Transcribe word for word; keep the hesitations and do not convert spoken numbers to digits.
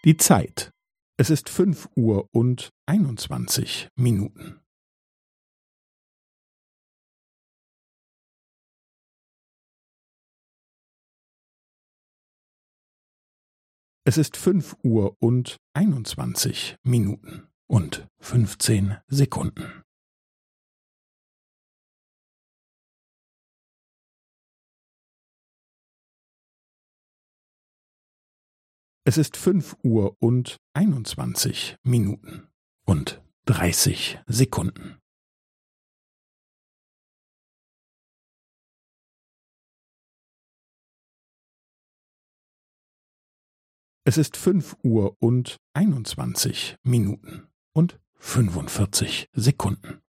Die Zeit. Es ist fünf Uhr und einundzwanzig Minuten. Es ist fünf Uhr und einundzwanzig Minuten und fünfzehn Sekunden. Es ist fünf Uhr und einundzwanzig Minuten und dreißig Sekunden. Es ist fünf Uhr und einundzwanzig Minuten und fünfundvierzig Sekunden.